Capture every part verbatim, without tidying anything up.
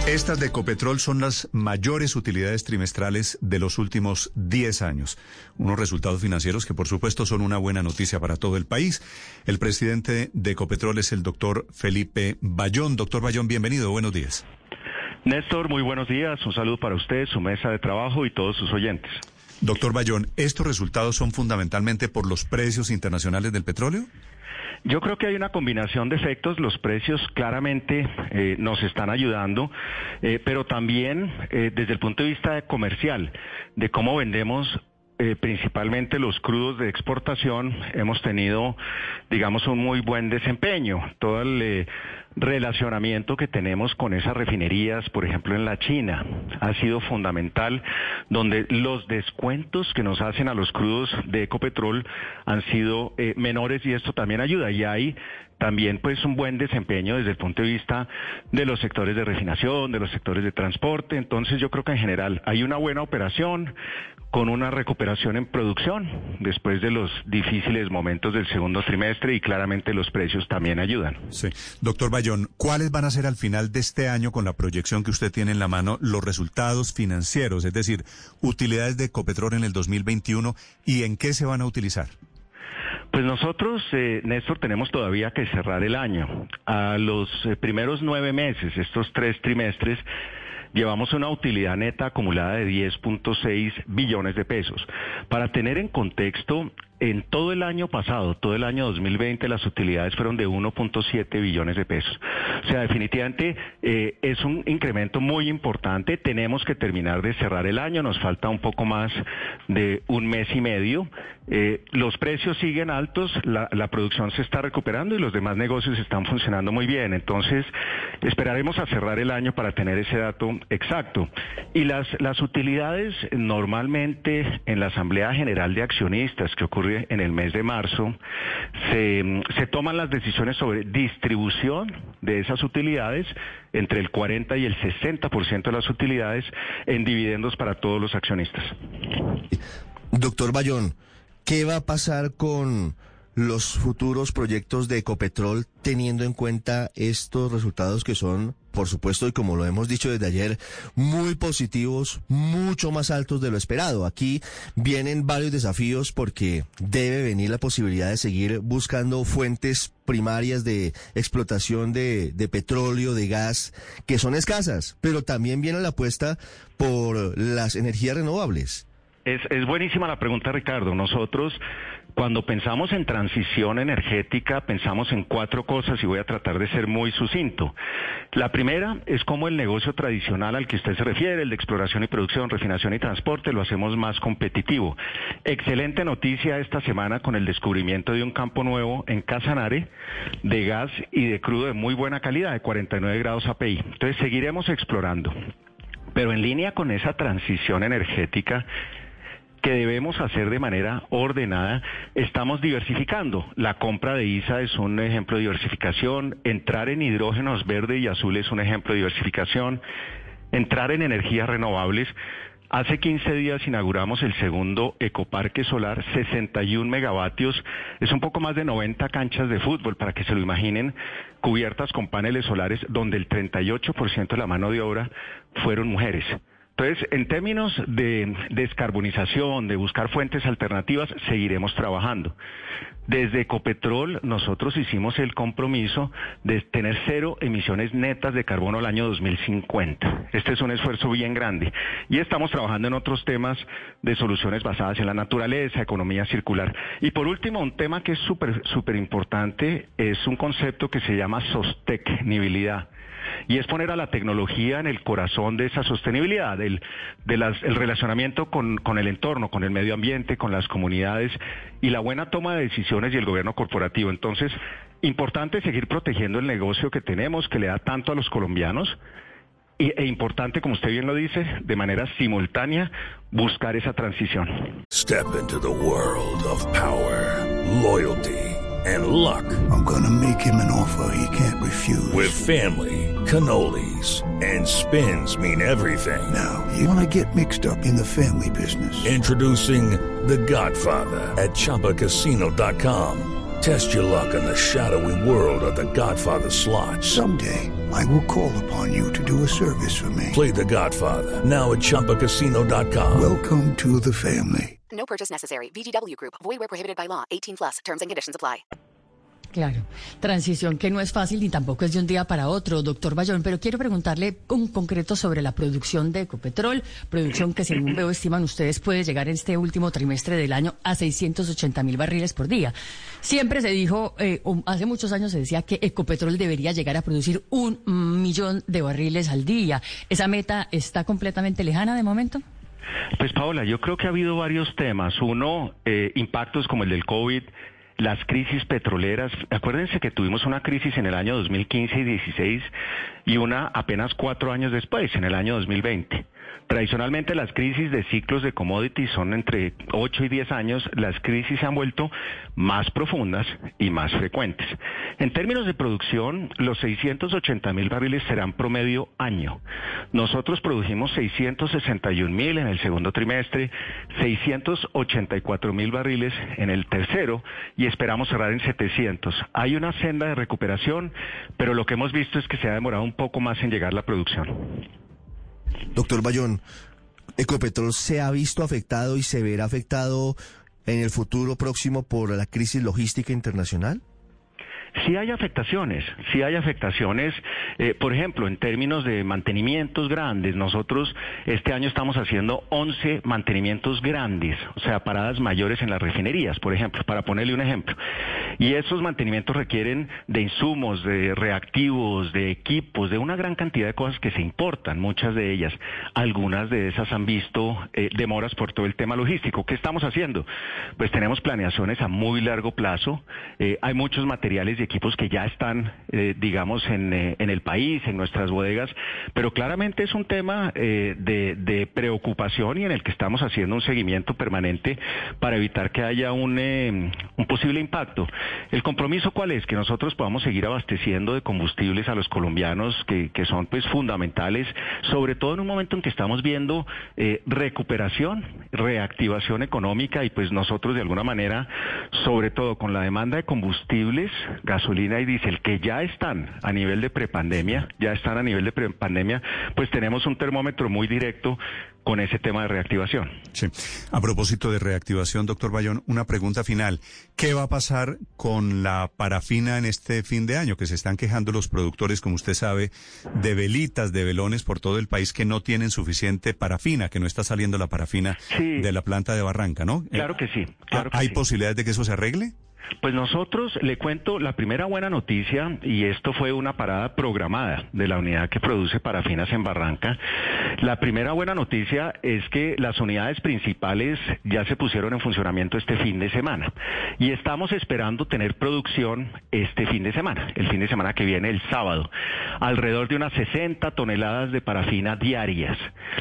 Estas de Ecopetrol son las mayores utilidades trimestrales de los últimos diez años. Unos resultados financieros que, por supuesto, son una buena noticia para todo el país. El presidente de Ecopetrol es el doctor Felipe Bayón. Doctor Bayón, bienvenido. Buenos días. Néstor, muy buenos días. Un saludo para usted, su mesa de trabajo y todos sus oyentes. Doctor Bayón, ¿estos resultados son fundamentalmente por los precios internacionales del petróleo? Yo creo que hay una combinación de efectos. Los precios claramente eh, nos están ayudando, eh, pero también eh, desde el punto de vista comercial, de cómo vendemos eh, principalmente los crudos de exportación, hemos tenido, digamos, un muy buen desempeño. Todo el eh, relacionamiento que tenemos con esas refinerías, por ejemplo en la China, ha sido fundamental, donde los descuentos que nos hacen a los crudos de Ecopetrol han sido eh, menores, y esto también ayuda. Y hay también pues un buen desempeño desde el punto de vista de los sectores de refinación, de los sectores de transporte. Entonces yo creo que en general hay una buena operación con una recuperación en producción después de los difíciles momentos del segundo trimestre, y claramente los precios también ayudan. Sí. Doctor Bayón, ¿cuáles van a ser al final de este año, con la proyección que usted tiene en la mano, los resultados financieros, es decir, utilidades de Ecopetrol en el dos mil veintiuno, y en qué se van a utilizar? Pues nosotros, eh, Néstor, tenemos todavía que cerrar el año. A los eh, primeros nueve meses, estos tres trimestres, llevamos una utilidad neta acumulada de diez punto seis billones de pesos. Para tener en contexto, en todo el año pasado, todo el año dos mil veinte, las utilidades fueron de uno punto siete billones de pesos. O sea, definitivamente eh, es un incremento muy importante. Tenemos que terminar de cerrar el año, nos falta un poco más de un mes y medio. Eh, los precios siguen altos, la, la producción se está recuperando y los demás negocios están funcionando muy bien. Entonces, esperaremos a cerrar el año para tener ese dato exacto. Y las, las utilidades normalmente en la Asamblea General de Accionistas, que ocurre en el mes de marzo, se, se toman las decisiones sobre distribución de esas utilidades entre el cuarenta y el sesenta por ciento de las utilidades en dividendos para todos los accionistas. Doctor Bayón, ¿qué va a pasar con los futuros proyectos de Ecopetrol teniendo en cuenta estos resultados que son, por supuesto, y como lo hemos dicho desde ayer, muy positivos, mucho más altos de lo esperado? Aquí vienen varios desafíos porque debe venir la posibilidad de seguir buscando fuentes primarias de explotación de, de petróleo, de gas, que son escasas, pero también viene la apuesta por las energías renovables. Es, es buenísima la pregunta, Ricardo. Nosotros, cuando pensamos en transición energética, pensamos en cuatro cosas, y voy a tratar de ser muy sucinto. La primera es cómo el negocio tradicional al que usted se refiere, el de exploración y producción, refinación y transporte, lo hacemos más competitivo. Excelente noticia esta semana con el descubrimiento de un campo nuevo en Casanare de gas y de crudo de muy buena calidad, de cuarenta y nueve grados A P I. Entonces seguiremos explorando. Pero en línea con esa transición energética que debemos hacer de manera ordenada, estamos diversificando. La compra de I S A es un ejemplo de diversificación, entrar en hidrógenos verde y azul es un ejemplo de diversificación, entrar en energías renovables. Hace quince días inauguramos el segundo ecoparque solar, sesenta y un megavatios, es un poco más de noventa canchas de fútbol, para que se lo imaginen, cubiertas con paneles solares, donde el treinta y ocho por ciento de la mano de obra fueron mujeres. Entonces, en términos de descarbonización, de buscar fuentes alternativas, seguiremos trabajando. Desde Ecopetrol, nosotros hicimos el compromiso de tener cero emisiones netas de carbono al año dos mil cincuenta. Este es un esfuerzo bien grande. Y estamos trabajando en otros temas de soluciones basadas en la naturaleza, economía circular. Y por último, un tema que es súper, súper importante, es un concepto que se llama sostenibilidad. Y es poner a la tecnología en el corazón de esa sostenibilidad, del de las, el relacionamiento con, con el entorno, con el medio ambiente, con las comunidades, y la buena toma de decisiones y el gobierno corporativo. Entonces, importante seguir protegiendo el negocio que tenemos, que le da tanto a los colombianos, y, e importante, como usted bien lo dice, de manera simultánea, buscar esa transición. Step into the world of power, loyalty, and luck. I'm gonna make him an offer he can't refuse. With family, cannolis, and spins mean everything. Now, you wanna get mixed up in the family business. Introducing The Godfather at Chumba Casino dot com. Test your luck in the shadowy world of The Godfather slot. Someday, I will call upon you to do a service for me. Play The Godfather, now at Chumba Casino dot com. Welcome to the family. No purchase necessary. V G W Group. Void where prohibited by law. eighteen plus. Terms and conditions apply. Claro, transición que no es fácil ni tampoco es de un día para otro, doctor Bayón, pero quiero preguntarle en concreto sobre la producción de Ecopetrol, producción que según veo estiman ustedes puede llegar en este último trimestre del año a seiscientos ochenta mil barriles por día. Siempre se dijo, eh, hace muchos años se decía que Ecopetrol debería llegar a producir un millón de barriles al día. ¿Esa meta está completamente lejana de momento? Pues Paola, yo creo que ha habido varios temas. Uno, eh, impactos como el del COVID, las crisis petroleras. Acuérdense que tuvimos una crisis en el año dos mil quince y dieciséis y una apenas cuatro años después, en el año dos mil veinte. Tradicionalmente las crisis de ciclos de commodities son entre ocho y diez años. Las crisis se han vuelto más profundas y más frecuentes. En términos de producción, los seiscientos ochenta mil barriles serán promedio año. Nosotros produjimos seiscientos sesenta y un mil en el segundo trimestre, seiscientos ochenta y cuatro mil barriles en el tercero y esperamos cerrar en setecientos. Hay una senda de recuperación, pero lo que hemos visto es que se ha demorado un poco más en llegar la producción. Doctor Bayón, ¿Ecopetrol se ha visto afectado y se verá afectado en el futuro próximo por la crisis logística internacional? Sí hay afectaciones, sí hay afectaciones, eh, por ejemplo, en términos de mantenimientos grandes, nosotros este año estamos haciendo once mantenimientos grandes, o sea, paradas mayores en las refinerías, por ejemplo, para ponerle un ejemplo. Y esos mantenimientos requieren de insumos, de reactivos, de equipos, de una gran cantidad de cosas que se importan, muchas de ellas. Algunas de esas han visto eh, demoras por todo el tema logístico. ¿Qué estamos haciendo? Pues tenemos planeaciones a muy largo plazo, eh, hay muchos materiales y equipos que ya están, eh, digamos, en, eh, en el país, en nuestras bodegas, pero claramente es un tema eh, de, de preocupación y en el que estamos haciendo un seguimiento permanente para evitar que haya un, eh, un posible impacto. ¿El compromiso cuál es? Que nosotros podamos seguir abasteciendo de combustibles a los colombianos que, que son pues fundamentales, sobre todo en un momento en que estamos viendo eh, recuperación, reactivación económica y pues nosotros de alguna manera, sobre todo con la demanda de combustibles, gasolina y diésel, que ya están a nivel de prepandemia, ya están a nivel de prepandemia, pues tenemos un termómetro muy directo con ese tema de reactivación. Sí. A propósito de reactivación, doctor Bayón, una pregunta final. ¿Qué va a pasar con la parafina en este fin de año? Que se están quejando los productores, como usted sabe, de velitas, de velones por todo el país que no tienen suficiente parafina, que no está saliendo la parafina sí. de la planta de Barranca, ¿no? Claro que sí. Claro que ¿Hay sí. posibilidades de que eso se arregle? Pues nosotros, le cuento la primera buena noticia, y esto fue una parada programada de la unidad que produce parafinas en Barranca. La primera buena noticia es que las unidades principales ya se pusieron en funcionamiento este fin de semana y estamos esperando tener producción este fin de semana, el fin de semana que viene, el sábado, alrededor de unas sesenta toneladas de parafina diarias.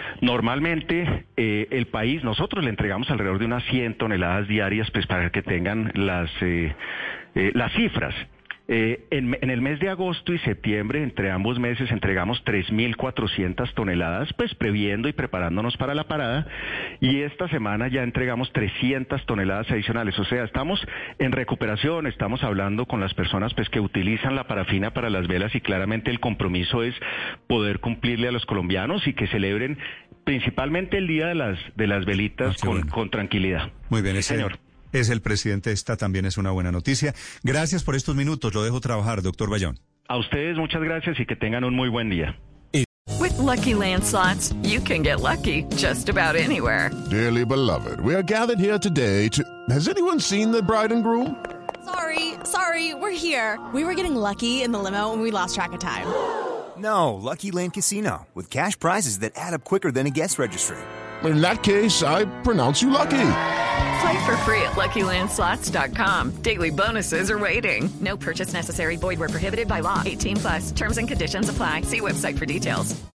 Normalmente eh, el país, nosotros le entregamos alrededor de unas cien toneladas diarias, pues para que tengan las... Eh, Eh, las cifras. Eh, en, en el mes de agosto y septiembre, entre ambos meses, entregamos tres mil cuatrocientas toneladas, pues previendo y preparándonos para la parada, y esta semana ya entregamos trescientas toneladas adicionales. O sea, estamos en recuperación, estamos hablando con las personas pues que utilizan la parafina para las velas y claramente el compromiso es poder cumplirle a los colombianos y que celebren principalmente el Día de las, de las Velitas ah, con, bueno. con tranquilidad. Muy bien, sí, ese señor. Es el presidente, esta también es una buena noticia. Gracias por estos minutos, lo dejo trabajar, doctor Bayón. A ustedes muchas gracias y que tengan un muy buen día. With Lucky Land Slots, you can get lucky just about anywhere. Dearly beloved, we are gathered here today to... Has anyone seen the bride and groom? Sorry, sorry, we're here. We were getting lucky in the limo and we lost track of time. No, Lucky Land Casino, with cash prizes that add up quicker than a guest registry. In that case, I pronounce you lucky. Play for free at Lucky Land Slots dot com. Daily bonuses are waiting. No purchase necessary. Void where prohibited by law. eighteen plus. Terms and conditions apply. See website for details.